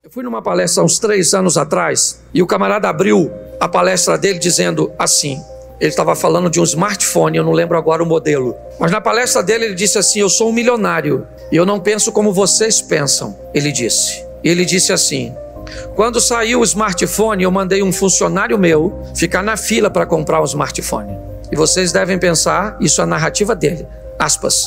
Eu fui numa palestra há uns 3 anos atrás e o camarada abriu a palestra dele dizendo assim, ele estava falando de um smartphone, eu não lembro agora o modelo, mas na palestra dele ele disse assim: eu sou um milionário e eu não penso como vocês pensam, ele disse. E ele disse assim: quando saiu o smartphone, eu mandei um funcionário meu ficar na fila para comprar um smartphone. E vocês devem pensar, isso é a narrativa dele, aspas.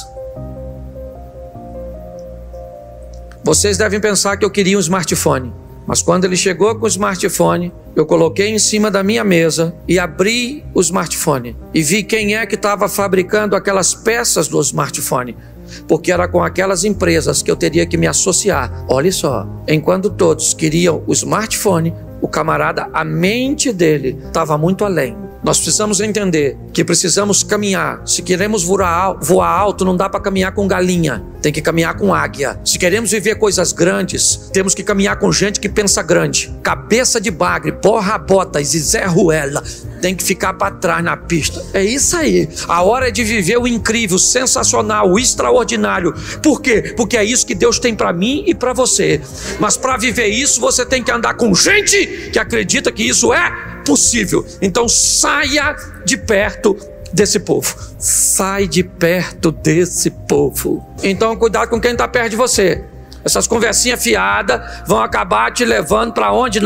Vocês devem pensar que eu queria um smartphone, mas quando ele chegou com o smartphone, eu coloquei em cima da minha mesa e abri o smartphone e vi quem é que estava fabricando aquelas peças do smartphone, porque era com aquelas empresas que eu teria que me associar. Olha só, enquanto todos queriam o smartphone, o camarada, a mente dele estava muito além. Nós precisamos entender que precisamos caminhar. Se queremos voar alto, não dá para caminhar com galinha, tem que caminhar com águia. Se queremos viver coisas grandes, temos que caminhar com gente que pensa grande. Cabeça de bagre, porra botas e Zé Ruela tem que ficar para trás na pista. É isso aí. A hora é de viver o incrível, o sensacional, o extraordinário. Por quê? Porque é isso que Deus tem para mim e para você. Mas para viver isso, você tem que andar com gente que acredita que isso é possível. Então saia de perto desse povo. Sai de perto desse povo. Então cuidado com quem está perto de você. Essas conversinhas fiadas vão acabar te levando para onde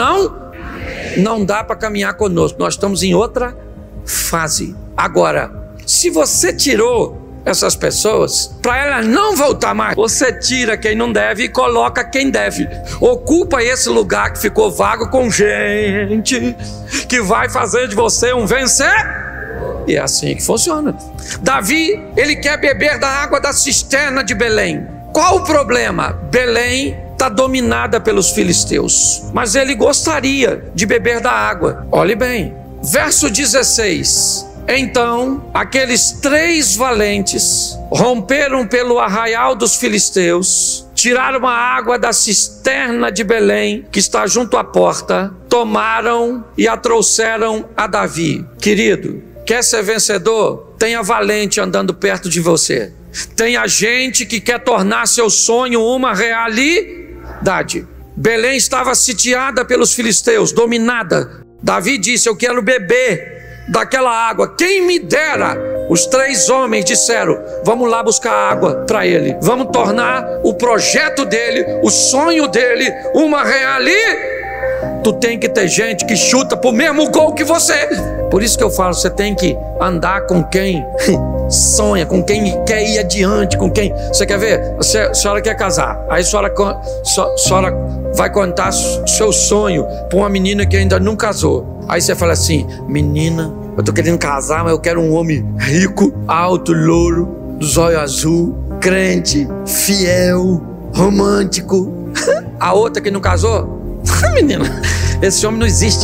não dá para caminhar conosco. Nós estamos em outra fase. Agora, se você tirou essas pessoas, para elas não voltar mais, você tira quem não deve e coloca quem deve. Ocupa esse lugar que ficou vago com gente que vai fazer de você um vencer. E é assim que funciona. Davi, ele quer beber da água da cisterna de Belém. Qual o problema? Belém está dominada pelos filisteus, mas ele gostaria de beber da água. Olhe bem, verso 16. Então, aqueles 3 valentes romperam pelo arraial dos filisteus, tiraram a água da cisterna de Belém, que está junto à porta, tomaram e a trouxeram a Davi. Querido, quer ser vencedor? Tenha valente andando perto de você. Tenha gente que quer tornar seu sonho uma realidade. Belém estava sitiada pelos filisteus, dominada. Davi disse: eu quero beber daquela água, quem me dera. Os 3 homens disseram: vamos lá buscar água para ele, vamos tornar o projeto dele, o sonho dele uma realidade. Tu tem que ter gente que chuta pro mesmo gol que você. Por isso que eu falo, você tem que andar com quem sonha, com quem quer ir adiante, com quem... Você quer ver? A senhora quer casar, aí a senhora vai contar seu sonho para uma menina que ainda não casou. Aí você fala assim: menina, eu tô querendo casar, mas eu quero um homem rico, alto, louro, dos olhos azul, crente, fiel, romântico. A outra que não casou, menina, esse homem não existe.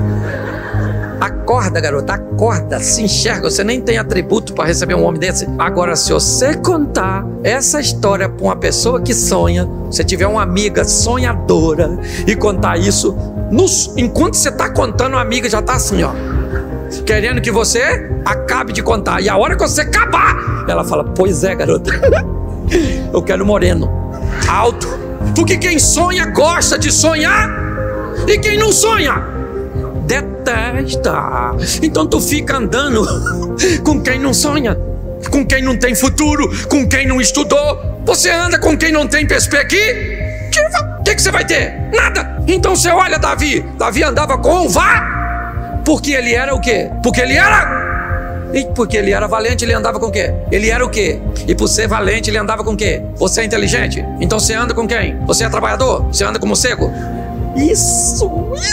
Acorda, garota, acorda, se enxerga. Você nem tem atributo para receber um homem desse. Agora, se você contar essa história para uma pessoa que sonha, se tiver uma amiga sonhadora e contar isso, enquanto você está contando, a amiga já está assim, ó, querendo que você acabe de contar. E a hora que você acabar, ela fala: pois é, garota, eu quero moreno, alto. Porque quem sonha gosta de sonhar, e quem não sonha detesta. Então tu fica andando com quem não sonha, com quem não tem futuro, com quem não estudou. Você anda com quem não tem perspectiva. O que você vai ter? Nada. Então você olha Davi andava com porque ele era o quê? Porque ele era valente, ele andava com o quê? Ele era o quê? E por ser valente, ele andava com o quê? Você é inteligente? Então você anda com quem? Você é trabalhador? Você anda como morcego? Isso.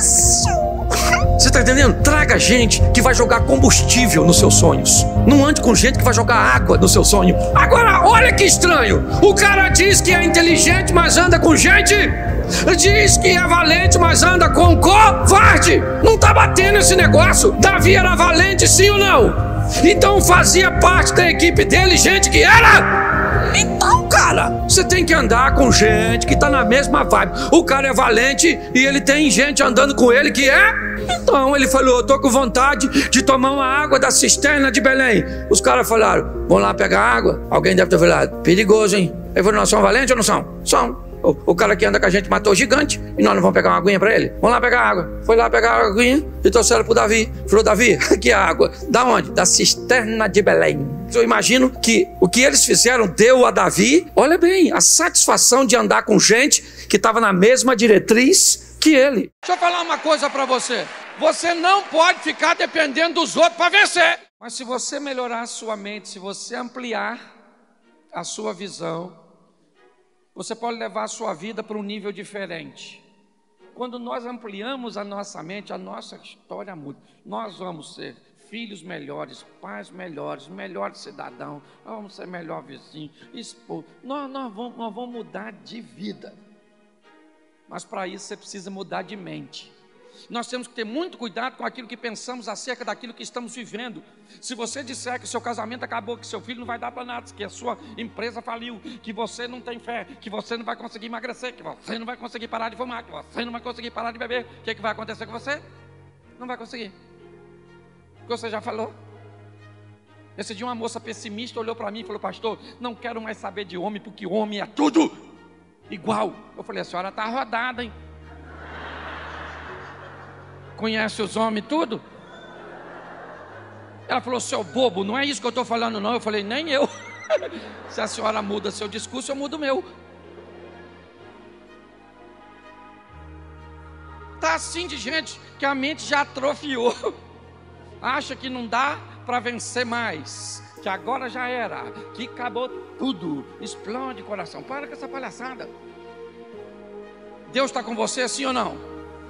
Você está entendendo? Traga gente que vai jogar combustível nos seus sonhos. Não ande com gente que vai jogar água no seu sonho. Agora, olha que estranho. O cara diz que é inteligente, mas anda com gente. Diz que é valente, mas anda com covarde. Não está batendo esse negócio. Davi era valente, sim ou não? Então fazia parte da equipe dele gente que era... Então, cara, você tem que andar com gente que tá na mesma vibe. O cara é valente e ele tem gente andando com ele que é... Então ele falou: eu tô com vontade de tomar uma água da cisterna de Belém. Os caras falaram: vamos lá pegar água. Alguém deve ter falado: perigoso, hein? Ele falou: não, são valentes ou não são? São. O cara que anda com a gente matou o gigante e nós não vamos pegar uma aguinha para ele? Vamos lá pegar água. Foi lá pegar a aguinha e trouxeram para o Davi. Falou: Davi, aqui é a água. Da onde? Da cisterna de Belém. Eu imagino que o que eles fizeram deu a Davi, olha bem, a satisfação de andar com gente que estava na mesma diretriz que ele. Deixa eu falar uma coisa para você. Você não pode ficar dependendo dos outros para vencer. Mas se você melhorar a sua mente, se você ampliar a sua visão, você pode levar a sua vida para um nível diferente. Quando nós ampliamos a nossa mente, a nossa história muda. Nós vamos ser filhos melhores, pais melhores, melhores cidadãos, nós vamos ser melhor vizinho, esposo. Nós vamos mudar de vida. Mas para isso você precisa mudar de mente. Nós temos que ter muito cuidado com aquilo que pensamos acerca daquilo que estamos vivendo. Se você disser que o seu casamento acabou, que seu filho não vai dar para nada, que a sua empresa faliu, que você não tem fé, que você não vai conseguir emagrecer, que você não vai conseguir parar de fumar, que você não vai conseguir parar de beber, o que vai acontecer com você? Não vai conseguir. Porque você já falou. Esse dia uma moça pessimista olhou para mim e falou: pastor, não quero mais saber de homem, porque homem é tudo igual. Eu falei: a senhora está rodada, hein? Conhece os homens tudo? Ela falou: seu bobo, não é isso que eu estou falando não. Eu falei: nem eu. Se a senhora muda seu discurso, eu mudo o meu. Está assim de gente que a mente já atrofiou. Acha que não dá para vencer mais, que agora já era, que acabou tudo. Explode coração. Para com essa palhaçada. Deus está com você, sim ou não?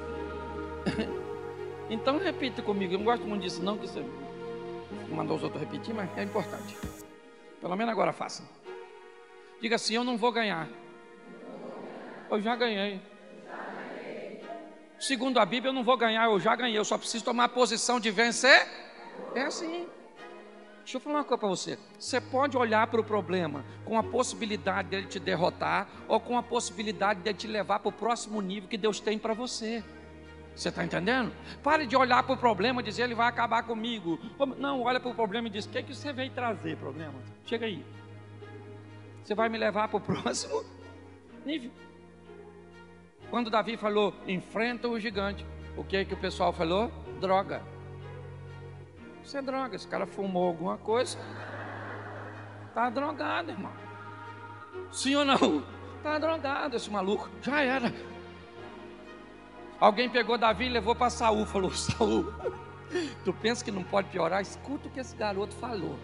Então repita comigo. Eu não gosto muito disso não, que você mandou os outros repetir, mas é importante. Pelo menos agora faça. Diga assim: eu não vou ganhar. Eu já ganhei. Segundo a Bíblia, eu não vou ganhar, eu já ganhei. Eu só preciso tomar a posição de vencer. É assim. Deixa eu falar uma coisa para você. Você pode olhar para o problema com a possibilidade dele te derrotar, ou com a possibilidade dele te levar para o próximo nível que Deus tem para você. Você está entendendo? Pare de olhar para o problema e dizer: ele vai acabar comigo. Não, olha para o problema e diz: o que é que você veio trazer, problema? Chega aí. Você vai me levar para o próximo nível. Quando Davi falou: enfrenta o gigante, o que é que o pessoal falou? Droga. Isso é droga. Esse cara fumou alguma coisa. Está drogado, irmão. Sim ou não? Está drogado esse maluco. Já era. Alguém pegou Davi e levou para Saul. Falou: Saul, tu pensa que não pode piorar? Escuta o que esse garoto falou.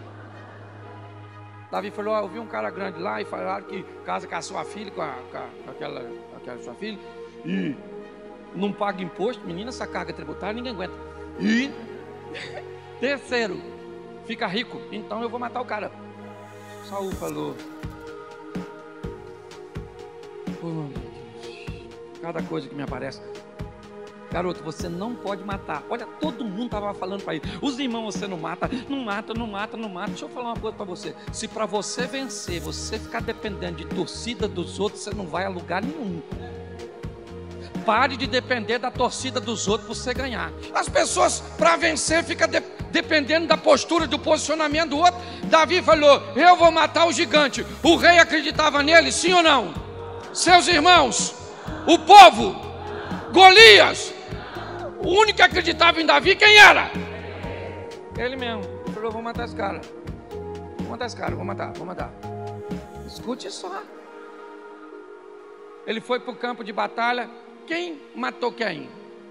Davi falou: eu vi um cara grande lá e falaram que casa com a sua filha, com aquela sua filha, e não paga imposto. Menina, essa carga tributária ninguém aguenta. E terceiro, fica rico. Então eu vou matar o cara. Saul falou: oh, meu Deus, cada coisa que me aparece. Garoto, você não pode matar. Olha, todo mundo estava falando para ele: os irmãos você não mata, não mata, não mata, não mata. Deixa eu falar uma coisa para você. Se para você vencer, você ficar dependendo de torcida dos outros, você não vai a lugar nenhum. Pare de depender da torcida dos outros para você ganhar. As pessoas, para vencer, ficam dependendo da postura, do posicionamento do outro. Davi falou: eu vou matar o gigante. O rei acreditava nele, sim ou não? Seus irmãos, o povo, Golias. O único que acreditava em Davi, quem era? Ele mesmo. Ele falou: vou matar esse cara. Vou matar esse cara, vou matar. Escute só. Ele foi para o campo de batalha. Quem matou quem?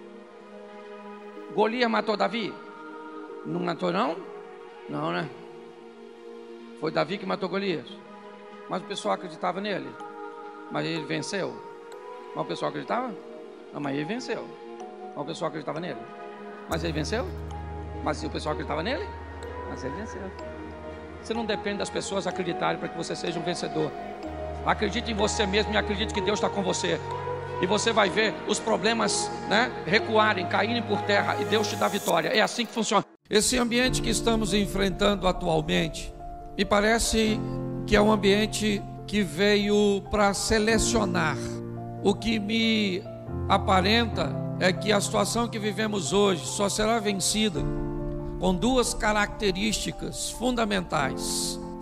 Golias matou Davi? Não matou não? Não, né? Foi Davi que matou Golias. Mas o pessoal acreditava nele. Mas ele venceu. Mas o pessoal acreditava? Não, mas ele venceu. Mas o pessoal acreditava nele. Mas ele venceu? Mas o pessoal acreditava nele? Mas ele venceu. Você não depende das pessoas acreditarem para que você seja um vencedor. Acredite em você mesmo e acredite que Deus está com você. E você vai ver os problemas, recuarem, caírem por terra, e Deus te dá vitória. É assim que funciona. Esse ambiente que estamos enfrentando atualmente, me parece que é um ambiente que veio para selecionar. O que me aparenta é que a situação que vivemos hoje só será vencida com duas características fundamentais: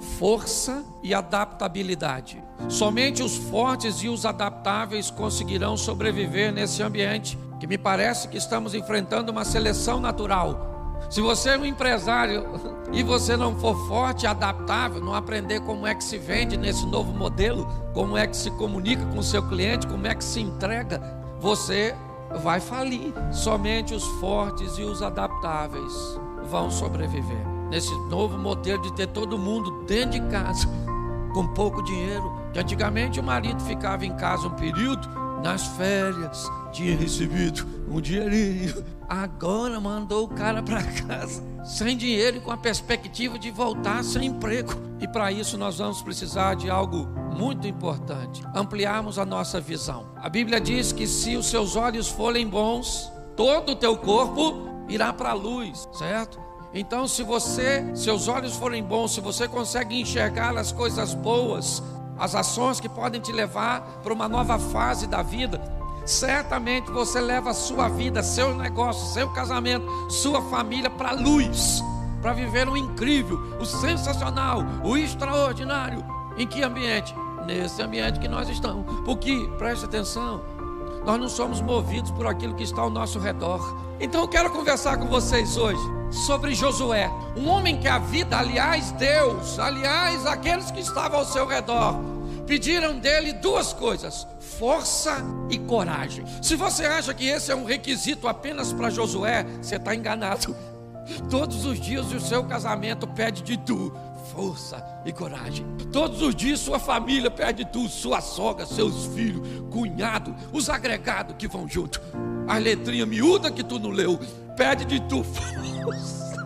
força e adaptabilidade. Somente os fortes e os adaptáveis conseguirão sobreviver nesse ambiente, que me parece que estamos enfrentando uma seleção natural. Se você é um empresário e você não for forte e adaptável, não aprender como é que se vende nesse novo modelo, como é que se comunica com o seu cliente, como é que se entrega, você vai falir. Somente os fortes e os adaptáveis vão sobreviver nesse novo modelo de ter todo mundo dentro de casa, com pouco dinheiro. Que antigamente o marido ficava em casa um período, nas férias tinha recebido um dinheirinho, agora mandou o cara para casa sem dinheiro e com a perspectiva de voltar sem emprego. E para isso nós vamos precisar de algo muito importante: ampliarmos a nossa visão. A Bíblia diz que se os seus olhos forem bons, todo o teu corpo irá para a luz, certo? Então, se seus olhos forem bons, se você consegue enxergar as coisas boas, as ações que podem te levar para uma nova fase da vida, certamente você leva a sua vida, seu negócio, seu casamento, sua família para a luz, para viver o incrível, o sensacional, o extraordinário. Em que ambiente? Nesse ambiente que nós estamos. Porque, preste atenção, nós não somos movidos por aquilo que está ao nosso redor. Então eu quero conversar com vocês hoje sobre Josué, um homem que a vida, Deus, aqueles que estavam ao seu redor, pediram dele duas coisas: força e coragem. Se você acha que esse é um requisito apenas para Josué, você está enganado. Todos os dias o seu casamento pede de tu força e coragem. Todos os dias sua família pede de tu, sua sogra, seus filhos, cunhado, os agregados que vão junto, a letrinha miúda que tu não leu, pede de tu força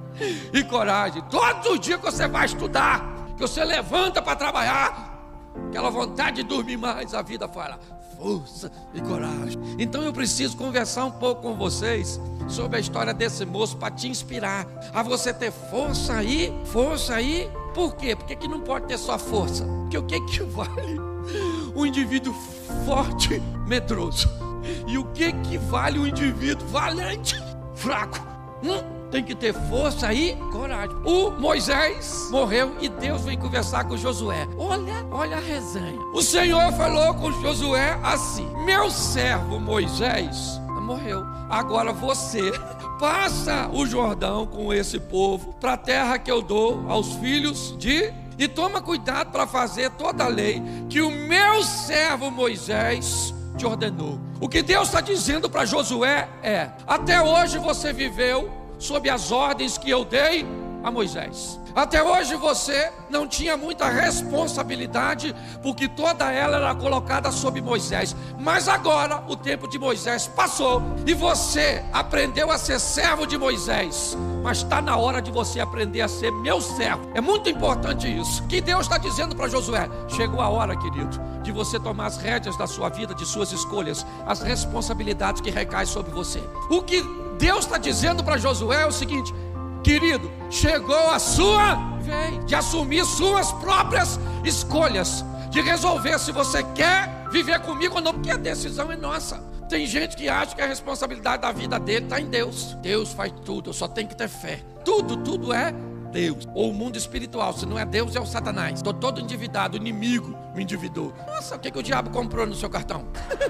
e coragem. Todos os dias que você vai estudar, que você levanta para trabalhar, aquela vontade de dormir mais, a vida fala força e coragem. Então eu preciso conversar um pouco com vocês sobre a história desse moço, para te inspirar a você ter força aí. Por quê? Porque que não pode ter só força? Porque o que vale um indivíduo forte, medroso? E o que vale um indivíduo valente, fraco? Tem que ter força e coragem. O Moisés morreu e Deus vem conversar com Josué. Olha a resenha. O Senhor falou com Josué assim: meu servo Moisés morreu. Agora você passa o Jordão com esse povo para a terra que eu dou aos filhos e toma cuidado para fazer toda a lei que o meu servo Moisés te ordenou. O que Deus está dizendo para Josué é: até hoje você viveu sob as ordens que eu dei a Moisés. Até hoje você não tinha muita responsabilidade, porque toda ela era colocada sob Moisés. Mas agora o tempo de Moisés passou e você aprendeu a ser servo de Moisés. Mas está na hora de você aprender a ser meu servo. É muito importante isso. Que Deus está dizendo para Josué: chegou a hora, querido, de você tomar as rédeas da sua vida, de suas escolhas, as responsabilidades que recaem sobre você. O que Deus está dizendo para Josué é o seguinte: querido, chegou a sua vez de assumir suas próprias escolhas, de resolver se você quer viver comigo ou não, porque a decisão é nossa. Tem gente que acha que a responsabilidade da vida dele está em Deus. Deus faz tudo, eu só tenho que ter fé. Tudo é Deus. Ou o mundo espiritual, se não é Deus, é o Satanás. Estou todo endividado, o inimigo me endividou. Nossa, o que o diabo comprou no seu cartão?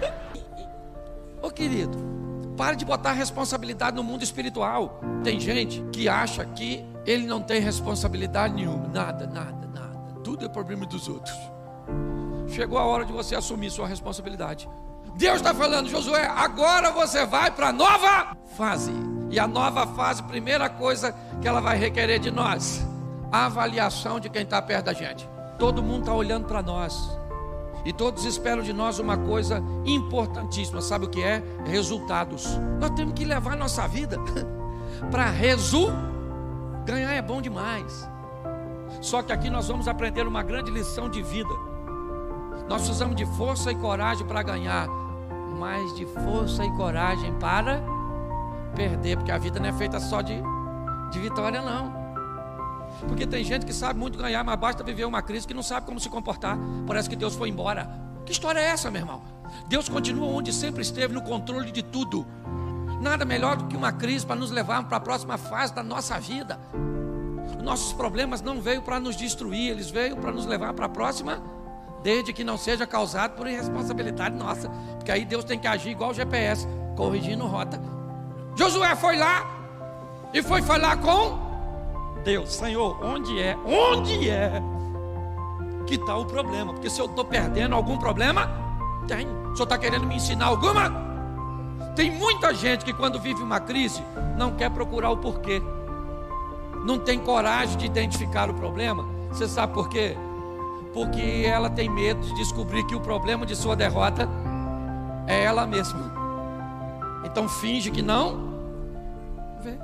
Ô querido, pare de botar responsabilidade no mundo espiritual. Tem gente que acha que ele não tem responsabilidade nenhuma. Nada. Tudo é problema dos outros. Chegou a hora de você assumir sua responsabilidade. Deus está falando: Josué, agora você vai para a nova fase. E a nova fase, primeira coisa que ela vai requerer de nós: a avaliação de quem está perto da gente. Todo mundo está olhando para nós e todos esperam de nós uma coisa importantíssima. Sabe o que é? Resultados. Nós temos que levar a nossa vida para ganhar é bom demais. Só que aqui nós vamos aprender uma grande lição de vida. Nós precisamos de força e coragem para ganhar, mas de força e coragem para perder, porque a vida não é feita só de vitória, não. Porque tem gente que sabe muito ganhar, mas basta viver uma crise que não sabe como se comportar. Parece que Deus foi embora. Que história é essa, meu irmão? Deus continua onde sempre esteve, no controle de tudo. Nada melhor do que uma crise para nos levar para a próxima fase da nossa vida. Nossos problemas não veio para nos destruir, eles veio para nos levar para a próxima, desde que não seja causado por irresponsabilidade nossa, porque aí Deus tem que agir igual o GPS, corrigindo rota. Josué foi lá e foi falar com Deus: Senhor, onde é que está o problema? Porque se eu estou perdendo algum problema, tem. O senhor está querendo me ensinar alguma? Tem muita gente que quando vive uma crise não quer procurar o porquê, não tem coragem de identificar o problema. Você sabe por quê? Porque ela tem medo de descobrir que o problema de sua derrota é ela mesma. Então finge que não vê.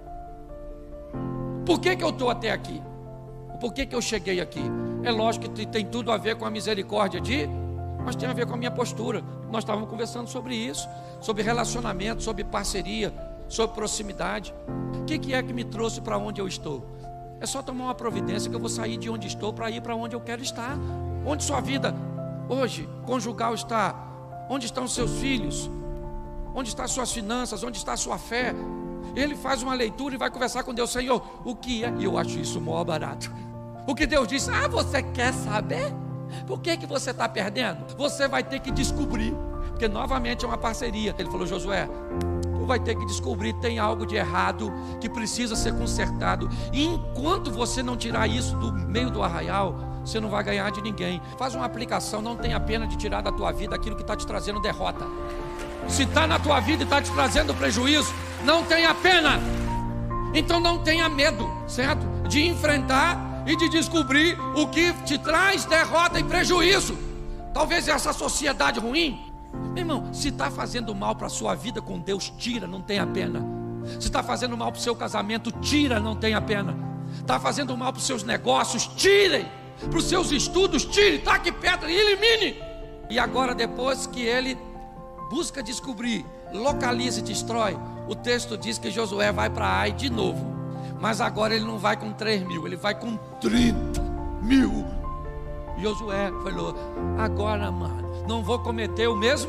Por que eu estou até aqui? Por que eu cheguei aqui? É lógico que tem tudo a ver com a misericórdia mas tem a ver com a minha postura. Nós estávamos conversando sobre isso, sobre relacionamento, sobre parceria, sobre proximidade. O que é que me trouxe para onde eu estou? É só tomar uma providência que eu vou sair de onde estou para ir para onde eu quero estar. Onde sua vida hoje conjugal está? Onde estão seus filhos? Onde estão suas finanças? Onde está a sua fé? Ele faz uma leitura e vai conversar com Deus: Senhor, o que é? E eu acho isso mó barato. O que Deus diz: você quer saber? Por que você está perdendo? Você vai ter que descobrir, porque novamente é uma parceria. Ele falou: Josué, tu vai ter que descobrir, tem algo de errado que precisa ser consertado, e enquanto você não tirar isso do meio do arraial, você não vai ganhar de ninguém. Faz uma aplicação, não tenha pena de tirar da tua vida aquilo que está te trazendo derrota. Se está na tua vida e está te trazendo prejuízo, não tenha pena. Então não tenha medo, certo? De enfrentar e de descobrir o que te traz derrota e prejuízo. Talvez essa sociedade ruim. Meu irmão, se está fazendo mal para a sua vida com Deus, tira, não tenha pena. Se está fazendo mal para o seu casamento, tira, não tenha pena. Está fazendo mal para os seus negócios, tirem. Para os seus estudos, tire, taque pedra e elimine. E agora, depois que ele busca descobrir, localiza e destrói, o texto diz que Josué vai para Ai de novo. Mas agora ele não vai com 3.000, ele vai com 30.000. Josué falou: agora, mano, não vou cometer o mesmo.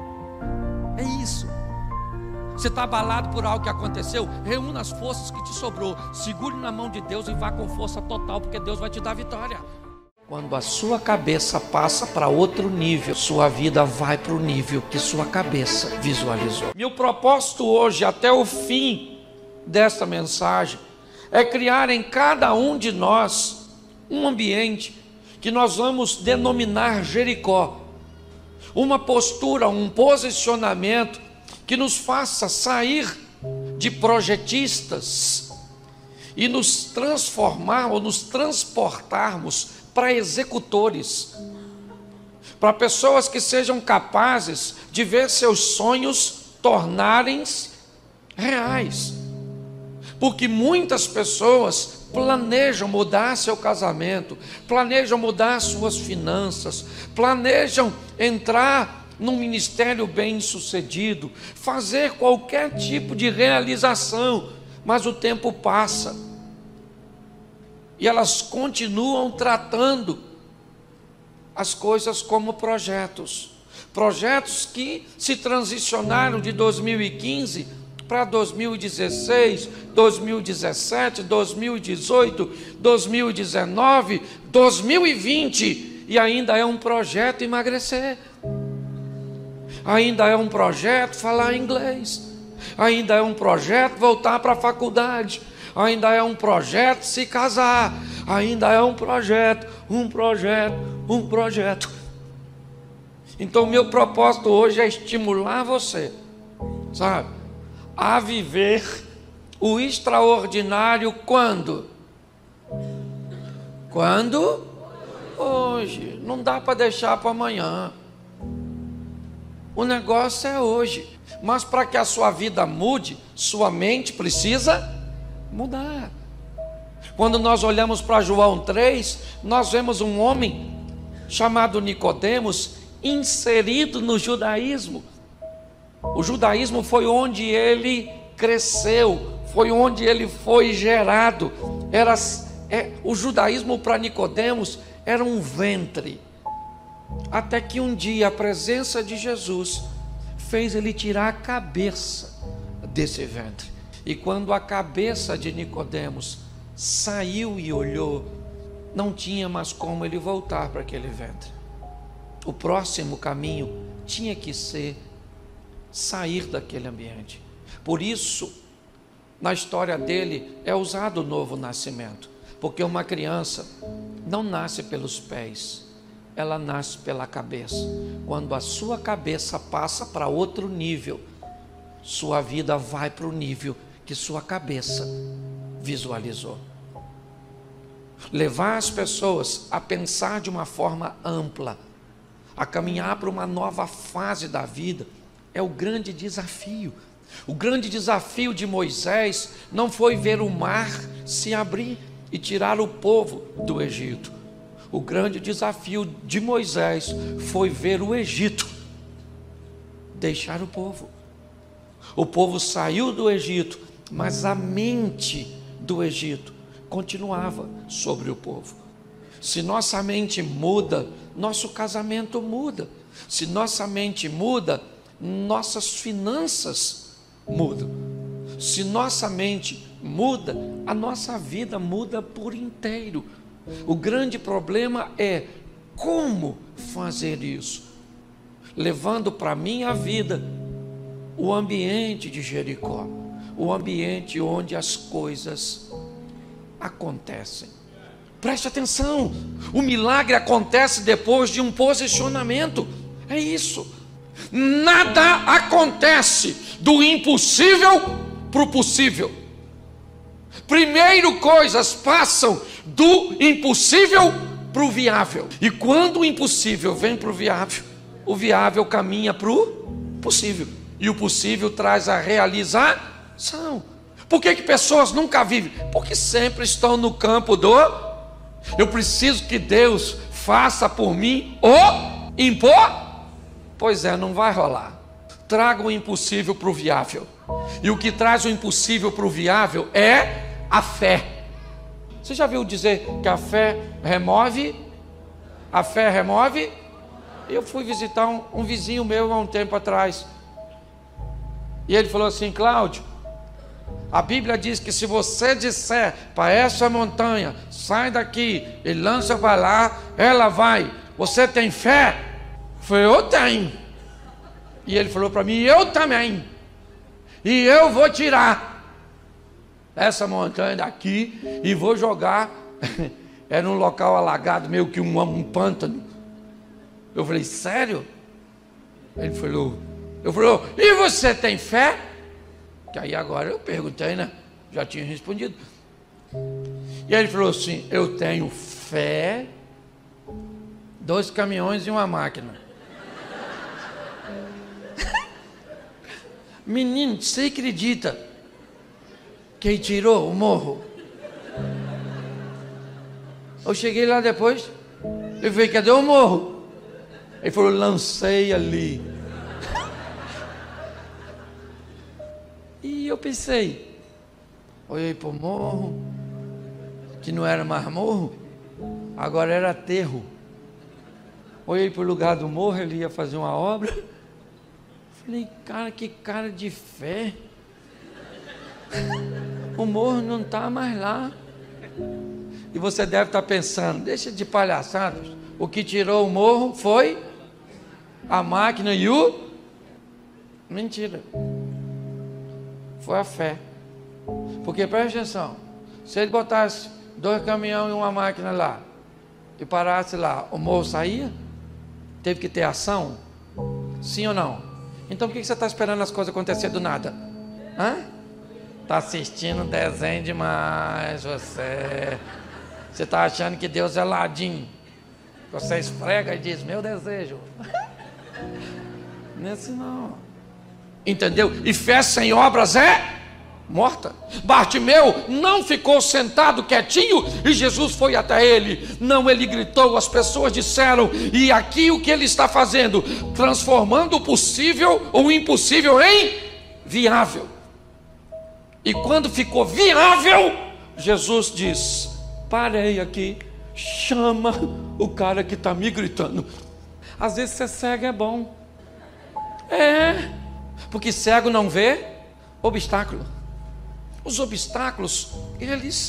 É isso. Você está abalado por algo que aconteceu? Reúna as forças que te sobrou, segure na mão de Deus e vá com força total, porque Deus vai te dar vitória. Quando a sua cabeça passa para outro nível, sua vida vai para o nível que sua cabeça visualizou. Meu propósito hoje, até o fim desta mensagem, é criar em cada um de nós um ambiente que nós vamos denominar Jericó. Uma postura, um posicionamento que nos faça sair de projetistas e nos transformar ou nos transportarmos para executores, para pessoas que sejam capazes de ver seus sonhos tornarem-se reais. Porque muitas pessoas planejam mudar seu casamento, planejam mudar suas finanças, planejam entrar num ministério bem-sucedido, fazer qualquer tipo de realização, mas o tempo passa e elas continuam tratando as coisas como projetos que se transicionaram de 2015 para 2016, 2017, 2018, 2019, 2020, e ainda é um projeto emagrecer, ainda é um projeto falar inglês, ainda é um projeto voltar para a faculdade, ainda é um projeto se casar, ainda é um projeto. Então meu propósito hoje é estimular você, sabe, a viver o extraordinário quando? Hoje. Não dá para deixar para amanhã. O negócio é hoje. Mas para que a sua vida mude, sua mente precisa mudar. Quando nós olhamos para João 3, nós vemos um homem chamado Nicodemos inserido no judaísmo. O judaísmo foi onde ele cresceu, foi onde ele foi gerado. O judaísmo para Nicodemos era um ventre. Até que um dia a presença de Jesus fez ele tirar a cabeça desse ventre. E quando a cabeça de Nicodemos saiu e olhou, não tinha mais como ele voltar para aquele ventre. O próximo caminho tinha que ser sair daquele ambiente. Por isso, na história dele é usado o novo nascimento, porque uma criança não nasce pelos pés, ela nasce pela cabeça. Quando a sua cabeça passa para outro nível, sua vida vai para o nível que sua cabeça visualizou. Levar as pessoas a pensar de uma forma ampla, a caminhar para uma nova fase da vida, é o grande desafio. O grande desafio de Moisés não foi ver o mar se abrir e tirar o povo do Egito. O grande desafio de Moisés foi ver o Egito deixar o povo. O povo saiu do Egito, mas a mente do Egito continuava sobre o povo. Se nossa mente muda, nosso casamento muda. Se nossa mente muda, nossas finanças mudam. Se nossa mente muda, a nossa vida muda por inteiro. O grande problema é como fazer isso, levando para a minha vida o ambiente de Jericó, o ambiente onde as coisas acontecem. Preste atenção, o milagre acontece depois de um posicionamento. É isso. Nada acontece do impossível para o possível. Primeiro coisas passam do impossível para o viável. E quando o impossível vem para o viável caminha para o possível. E o possível traz a realização. Por que pessoas nunca vivem? Porque sempre estão no campo do eu preciso que Deus faça por mim o impor. Pois é, não vai rolar. Traga o impossível para o viável. E o que traz o impossível para o viável é a fé. Você já viu dizer que a fé remove? A fé remove? Eu fui visitar um vizinho meu há um tempo atrás. E ele falou assim: Cláudio, a Bíblia diz que se você disser para essa montanha, sai daqui e lança para lá, ela vai. Você tem fé? Eu falei: eu tenho. E ele falou para mim: eu também. E eu vou tirar essa montanha daqui e vou jogar. Era um local alagado, meio que um pântano. Eu falei: sério? Ele falou: e você tem fé? Que aí agora eu perguntei, né? Já tinha respondido. E ele falou assim: eu tenho fé, 2 caminhões e uma máquina. Menino, você acredita que ele tirou o morro? Eu cheguei lá depois, eu falei: cadê o morro? Ele falou: lancei ali. E eu pensei, olhei para o morro, que não era mais morro, agora era aterro. Olhei para o lugar do morro, ele ia fazer uma obra. Falei: cara, que cara de fé. O morro não está mais lá. E você deve estar pensando: deixa de palhaçadas, o que tirou o morro foi a máquina e o... Mentira. Foi a fé. Porque preste atenção, se ele botasse 2 caminhões e uma máquina lá e parasse lá, o morro saía? Teve que ter ação? Sim ou não? Então por que você está esperando as coisas acontecer do nada? Está assistindo desenho demais você. Você está achando que Deus é ladinho. Você esfrega e diz: meu desejo. Não é assim não. Entendeu? E fé sem obras é morta. Bartimeu não ficou sentado quietinho e Jesus foi até ele. Não, ele gritou, as pessoas disseram. E aqui o que ele está fazendo? Transformando o possível ou o impossível em viável. E quando ficou viável, Jesus diz: parei aqui, chama o cara que está me gritando. Às vezes ser cego é bom. Porque cego não vê obstáculo. Os obstáculos, eles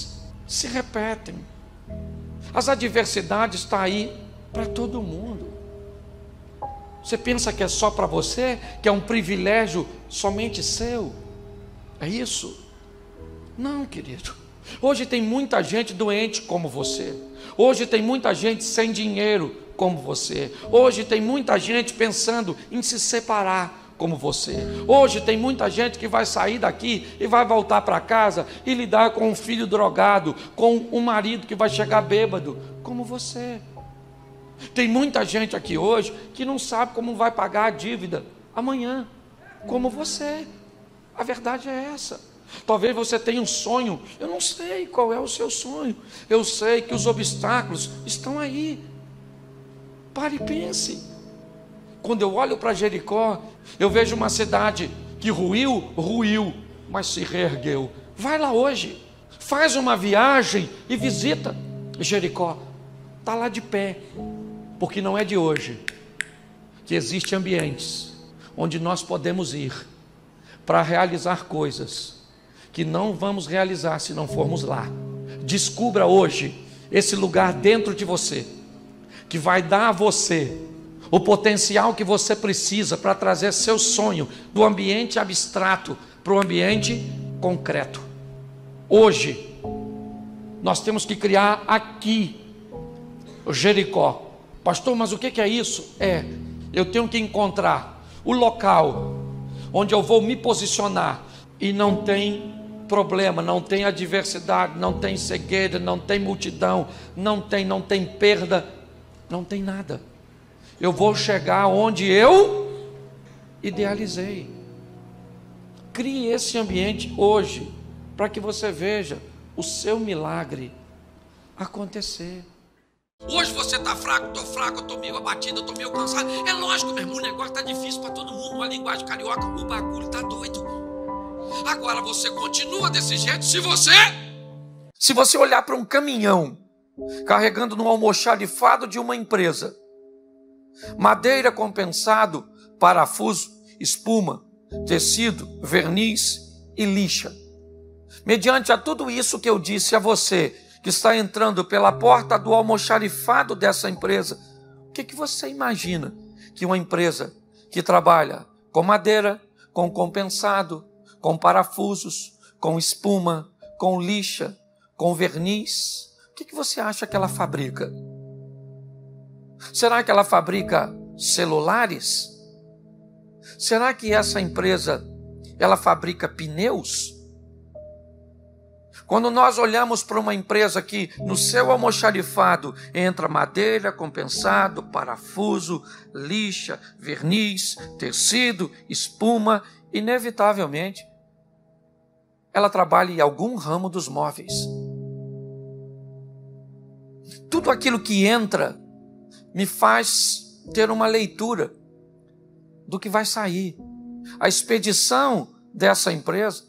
se repetem. As adversidades estão aí para todo mundo. Você pensa que é só para você, que é um privilégio somente seu? É isso? Não, querido. Hoje tem muita gente doente como você. Hoje tem muita gente sem dinheiro como você. Hoje tem muita gente pensando em se separar como você. Hoje tem muita gente que vai sair daqui e vai voltar para casa e lidar com um filho drogado, com um marido que vai chegar bêbado como você. Tem muita gente aqui hoje que não sabe como vai pagar a dívida amanhã, como você. A verdade é essa. Talvez você tenha um sonho, eu não sei qual é o seu sonho. Eu sei que os obstáculos estão aí. Pare e pense. Quando eu olho para Jericó, eu vejo uma cidade que ruiu, mas se reergueu. Vai lá hoje, faz uma viagem e visita Jericó. Está lá de pé. Porque não é de hoje que existem ambientes onde nós podemos ir para realizar coisas que não vamos realizar se não formos lá. Descubra hoje esse lugar dentro de você, que vai dar a você o potencial que você precisa para trazer seu sonho do ambiente abstrato para o ambiente concreto. Hoje, nós temos que criar aqui o Jericó. Pastor, mas o que é isso? Eu tenho que encontrar o local onde eu vou me posicionar e não tem problema, não tem adversidade, não tem cegueira, não tem multidão, não tem perda, não tem nada. Eu vou chegar onde eu idealizei. Crie esse ambiente hoje para que você veja o seu milagre acontecer. Hoje você está fraco, eu estou meio abatido, eu estou meio cansado. É lógico, meu irmão, o negócio está difícil para todo mundo. Uma linguagem carioca, o bagulho está doido. Agora você continua desse jeito se você olhar para um caminhão carregando no almoxarifado de uma empresa, madeira compensado, parafuso, espuma, tecido, verniz e lixa. Mediante a tudo isso que eu disse a você, que está entrando pela porta do almoxarifado dessa empresa, o que você imagina que uma empresa que trabalha com madeira, com compensado, com parafusos, com espuma, com lixa, com verniz, o que você acha que ela fabrica? Será que ela fabrica celulares? Será que essa empresa ela fabrica pneus? Quando nós olhamos para uma empresa que no seu almoxarifado entra madeira, compensado, parafuso, lixa, verniz, tecido, espuma, inevitavelmente ela trabalha em algum ramo dos móveis. Tudo aquilo que entra me faz ter uma leitura do que vai sair. A expedição dessa empresa,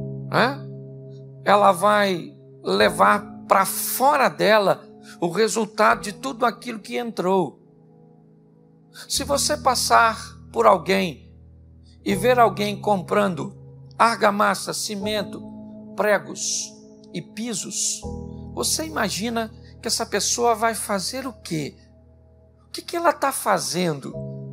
ela vai levar para fora dela o resultado de tudo aquilo que entrou. Se você passar por alguém e ver alguém comprando argamassa, cimento, pregos e pisos, você imagina que essa pessoa vai fazer o quê? O que ela está fazendo?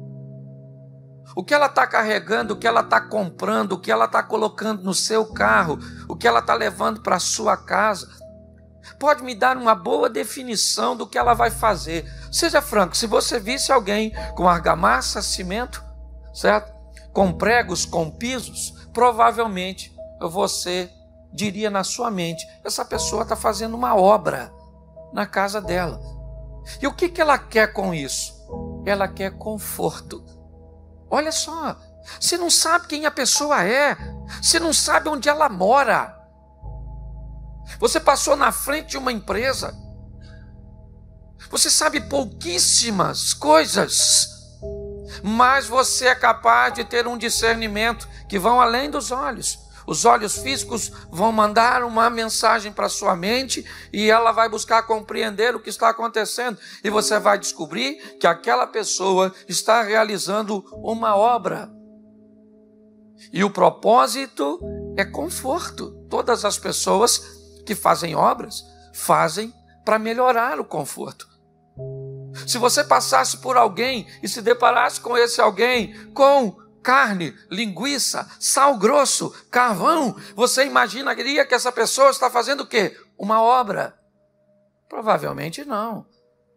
O que ela está carregando, o que ela está comprando, o que ela está colocando no seu carro, o que ela está levando para a sua casa, pode me dar uma boa definição do que ela vai fazer. Seja franco, se você visse alguém com argamassa, cimento, certo? Com pregos, com pisos, provavelmente você diria na sua mente, essa pessoa está fazendo uma obra na casa dela. E o que ela quer com isso? Ela quer conforto. Olha só, você não sabe quem a pessoa é, você não sabe onde ela mora. Você passou na frente de uma empresa, você sabe pouquíssimas coisas, mas você é capaz de ter um discernimento que vão além dos olhos. Os olhos físicos vão mandar uma mensagem para a sua mente e ela vai buscar compreender o que está acontecendo. E você vai descobrir que aquela pessoa está realizando uma obra. E o propósito é conforto. Todas as pessoas que fazem obras fazem para melhorar o conforto. Se você passasse por alguém e se deparasse com esse alguém com carne, linguiça, sal grosso, carvão, você imaginaria que essa pessoa está fazendo o quê? Uma obra? Provavelmente não.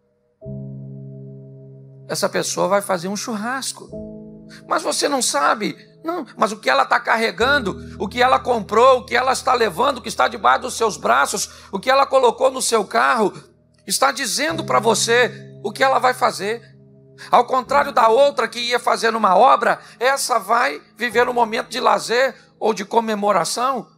Essa pessoa vai fazer um churrasco. Mas você não sabe. Não, mas o que ela está carregando, o que ela comprou, o que ela está levando, o que está debaixo dos seus braços, o que ela colocou no seu carro, está dizendo para você o que ela vai fazer. Ao contrário da outra que ia fazer uma obra, essa vai viver um momento de lazer ou de comemoração.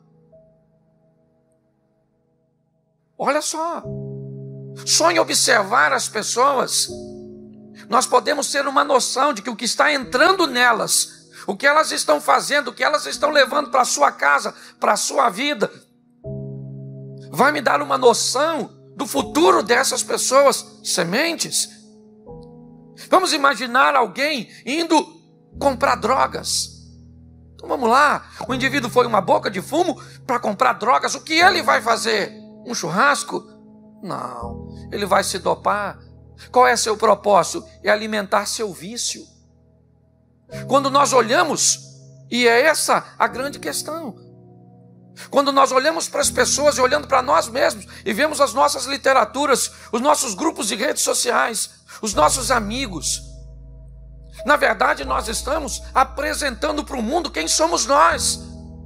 Olha só em observar as pessoas, nós podemos ter uma noção de que o que está entrando nelas, o que elas estão fazendo, o que elas estão levando para a sua casa, para a sua vida, vai me dar uma noção do futuro dessas pessoas, sementes. Vamos imaginar alguém indo comprar drogas. Então vamos lá, o indivíduo foi uma boca de fumo para comprar drogas, o que ele vai fazer? Um churrasco? Não, ele vai se dopar. Qual é seu propósito? É alimentar seu vício. Quando nós olhamos, e é essa a grande questão, quando nós olhamos para as pessoas e olhando para nós mesmos e vemos as nossas literaturas, os nossos grupos de redes sociais, os nossos amigos, na verdade nós estamos apresentando para o mundo quem somos nós.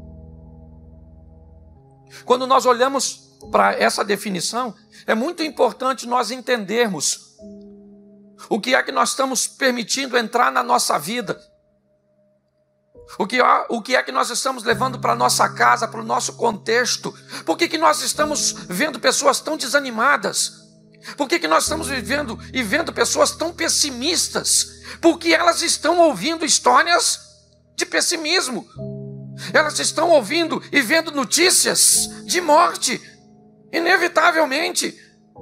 Quando nós olhamos para essa definição, é muito importante nós entendermos o que é que nós estamos permitindo entrar na nossa vida. O que é que nós estamos levando para a nossa casa, para o nosso contexto? Por que nós estamos vendo pessoas tão desanimadas? Por que nós estamos vivendo e vendo pessoas tão pessimistas? Porque elas estão ouvindo histórias de pessimismo. Elas estão ouvindo e vendo notícias de morte, inevitavelmente.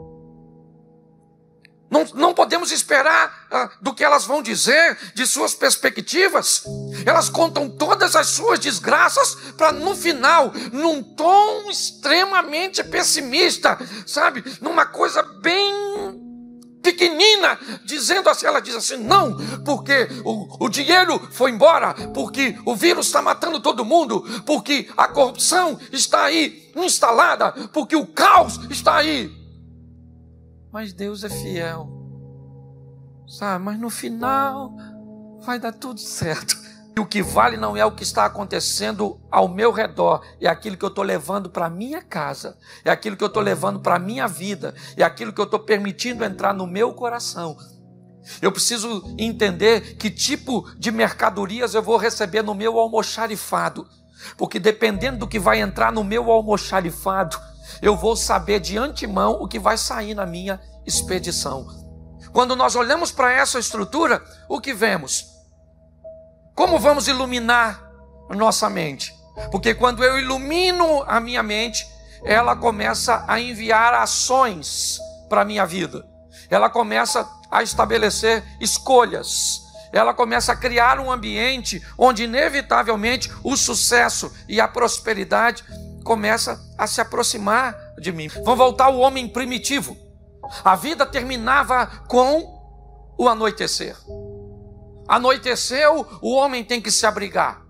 Não podemos esperar do que elas vão dizer, de suas perspectivas. Elas contam todas as suas desgraças para no final, num tom extremamente pessimista, sabe? Numa coisa bem pequenina, dizendo assim, ela diz assim, não, porque o dinheiro foi embora, porque o vírus está matando todo mundo, porque a corrupção está aí instalada, porque o caos está aí. Mas Deus é fiel, sabe? Mas no final vai dar tudo certo. E o que vale não é o que está acontecendo ao meu redor, é aquilo que eu estou levando para a minha casa, é aquilo que eu estou levando para a minha vida, é aquilo que eu estou permitindo entrar no meu coração. Eu preciso entender que tipo de mercadorias eu vou receber no meu almoxarifado, porque dependendo do que vai entrar no meu almoxarifado, eu vou saber de antemão o que vai sair na minha expedição. Quando nós olhamos para essa estrutura, o que vemos? Como vamos iluminar a nossa mente? Porque quando eu ilumino a minha mente, ela começa a enviar ações para a minha vida. Ela começa a estabelecer escolhas. Ela começa a criar um ambiente onde inevitavelmente o sucesso e a prosperidade começa a se aproximar de mim. Vamos voltar ao homem primitivo. A vida terminava com o anoitecer. Anoiteceu, o homem tem que se abrigar.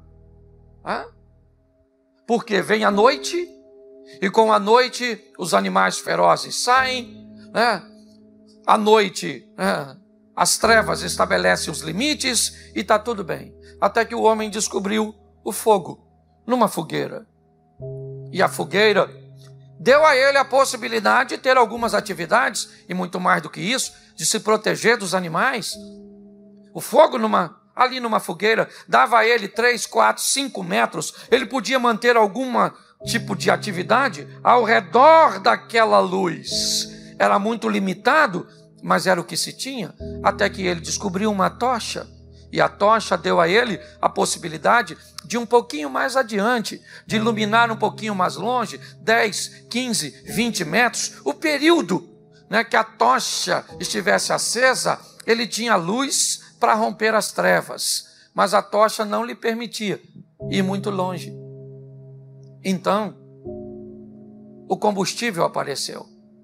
Porque vem a noite, e com a noite os animais ferozes saem, à noite as trevas estabelecem os limites e está tudo bem. Até que o homem descobriu o fogo numa fogueira. E a fogueira deu a ele a possibilidade de ter algumas atividades, e muito mais do que isso, de se proteger dos animais. O fogo ali numa fogueira dava a ele 3, 4, 5 metros. Ele podia manter algum tipo de atividade ao redor daquela luz. Era muito limitado, mas era o que se tinha, até que ele descobriu uma tocha. E a tocha deu a ele a possibilidade de um pouquinho mais adiante, de iluminar um pouquinho mais longe, 10, 15, 20 metros. O período que a tocha estivesse acesa, ele tinha luz para romper as trevas, mas a tocha não lhe permitia ir muito longe. Então, o combustível apareceu.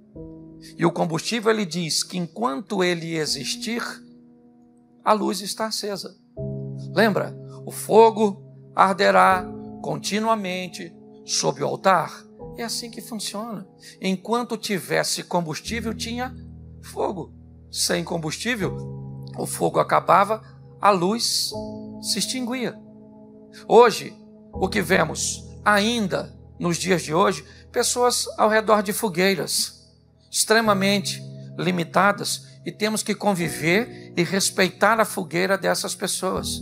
E o combustível, ele diz que enquanto ele existir, a luz está acesa. Lembra? O fogo arderá continuamente sob o altar. É assim que funciona. Enquanto tivesse combustível, tinha fogo. Sem combustível, o fogo acabava, a luz se extinguia. Hoje, o que vemos ainda nos dias de hoje, pessoas ao redor de fogueiras, extremamente limitadas, e temos que conviver e respeitar a fogueira dessas pessoas.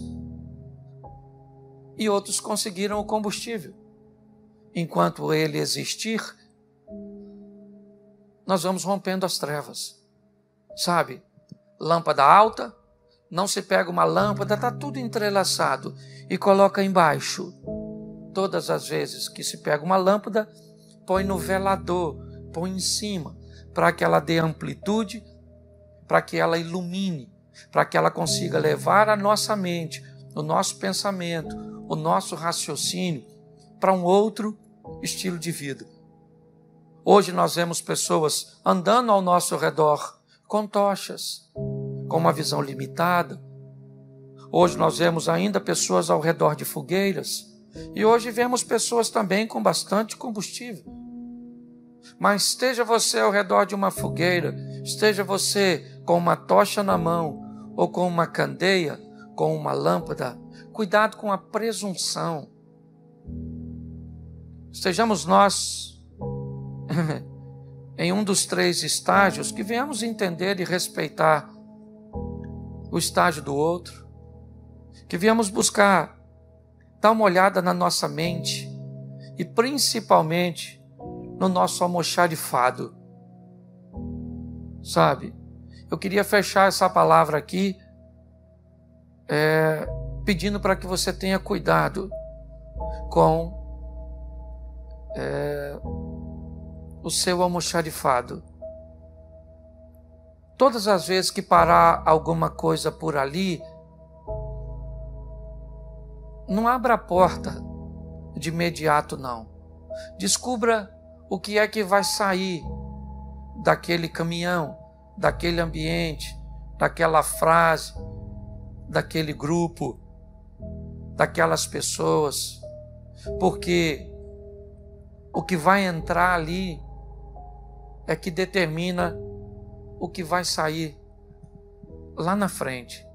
E outros conseguiram o combustível. Enquanto ele existir, nós vamos rompendo as trevas. Sabe? Lâmpada alta, não se pega uma lâmpada, está tudo entrelaçado, e coloca embaixo. Todas as vezes que se pega uma lâmpada, põe no velador, põe em cima, para que ela dê amplitude, para que ela ilumine, para que ela consiga levar a nossa mente, o nosso pensamento, o nosso raciocínio para um outro estilo de vida. Hoje nós vemos pessoas andando ao nosso redor com tochas, com uma visão limitada. Hoje nós vemos ainda pessoas ao redor de fogueiras, e hoje vemos pessoas também com bastante combustível. Mas esteja você ao redor de uma fogueira, esteja você com uma tocha na mão, ou com uma candeia, com uma lâmpada, cuidado com a presunção. Estejamos nós em um dos 3 estágios, que venhamos entender e respeitar o estágio do outro, que venhamos buscar dar uma olhada na nossa mente e principalmente no nosso almoxarifado. Sabe, eu queria fechar essa palavra aqui pedindo para que você tenha cuidado com o seu almoxarifado. Todas as vezes que parar alguma coisa por ali, não abra a porta de imediato, não. Descubra o que é que vai sair daquele caminhão, daquele ambiente, daquela frase, daquele grupo, daquelas pessoas, porque o que vai entrar ali é que determina o que vai sair lá na frente.